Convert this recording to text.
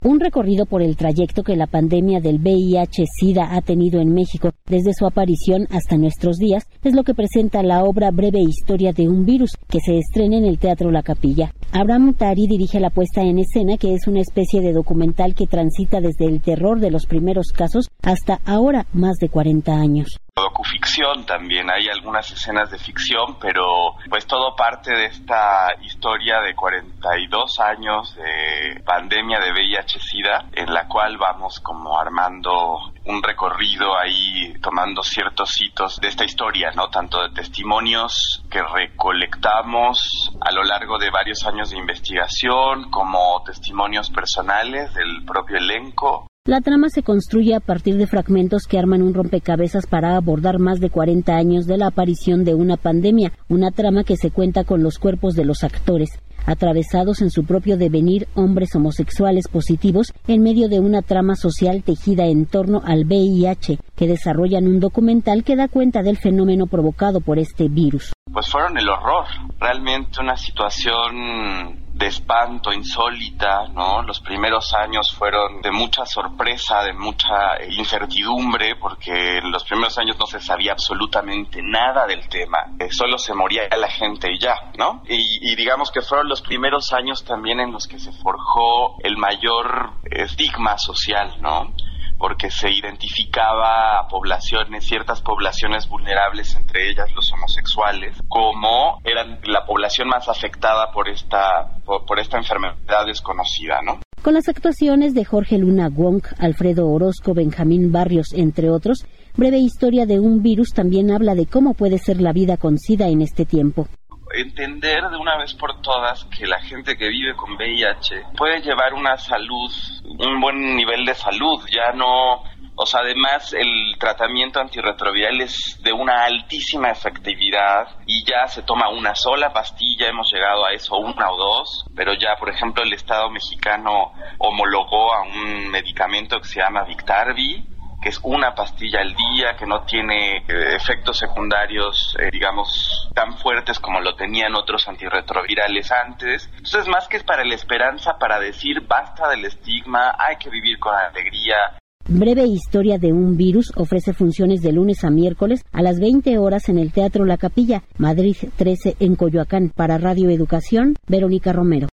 Un recorrido por el trayecto que la pandemia del VIH-Sida ha tenido en México desde su aparición hasta nuestros días es lo que presenta la obra Breve Historia de un Virus, que se estrena en el Teatro La Capilla. Abraham Tari dirige la puesta en escena, que es una especie de documental que transita desde el terror de los primeros casos hasta ahora más de 40 años. Docuficción también, hay algunas escenas de ficción, pero pues todo parte de esta historia de 42 años de pandemia de VIH-Sida, en la cual vamos como armando un recorrido ahí, tomando ciertos hitos de esta historia, ¿no? Tanto de testimonios que recolectamos a lo largo de varios años de investigación, como testimonios personales del propio elenco. La trama se construye a partir de fragmentos que arman un rompecabezas para abordar más de 40 años de la aparición de una pandemia, una trama que se cuenta con los cuerpos de los actores, atravesados en su propio devenir hombres homosexuales positivos en medio de una trama social tejida en torno al VIH, que desarrollan un documental que da cuenta del fenómeno provocado por este virus. Pues fueron el horror, realmente una situación de espanto, insólita, ¿no? Los primeros años fueron de mucha sorpresa, de mucha incertidumbre, porque en los primeros años no se sabía absolutamente nada del tema, solo se moría la gente y ya, ¿no? Y digamos que fueron los primeros años también en los que se forjó el mayor estigma social, ¿no? Porque se identificaba a poblaciones, ciertas poblaciones vulnerables, entre ellas los homosexuales, como eran la población más afectada por esta enfermedad desconocida, ¿no? Con las actuaciones de Jorge Luna Wong, Alfredo Orozco, Benjamín Barrios, entre otros, Breve Historia de un Virus también habla de cómo puede ser la vida con SIDA en este tiempo. Entender de una vez por todas que la gente que vive con VIH puede llevar una salud, un buen nivel de salud, ya no, o sea, además el tratamiento antirretroviral es de una altísima efectividad y ya se toma una sola pastilla, hemos llegado a eso, una o dos, pero ya, por ejemplo, el Estado mexicano homologó a un medicamento que se llama Biktarvy, que es una pastilla al día, que no tiene efectos secundarios, digamos, tan fuertes como lo tenían otros antirretrovirales antes. Entonces, más que es para la esperanza, para decir basta del estigma, hay que vivir con alegría. Breve Historia de un Virus ofrece funciones de lunes a miércoles a las 20 horas en el Teatro La Capilla, Madrid 13 en Coyoacán. Para Radio Educación, Verónica Romero.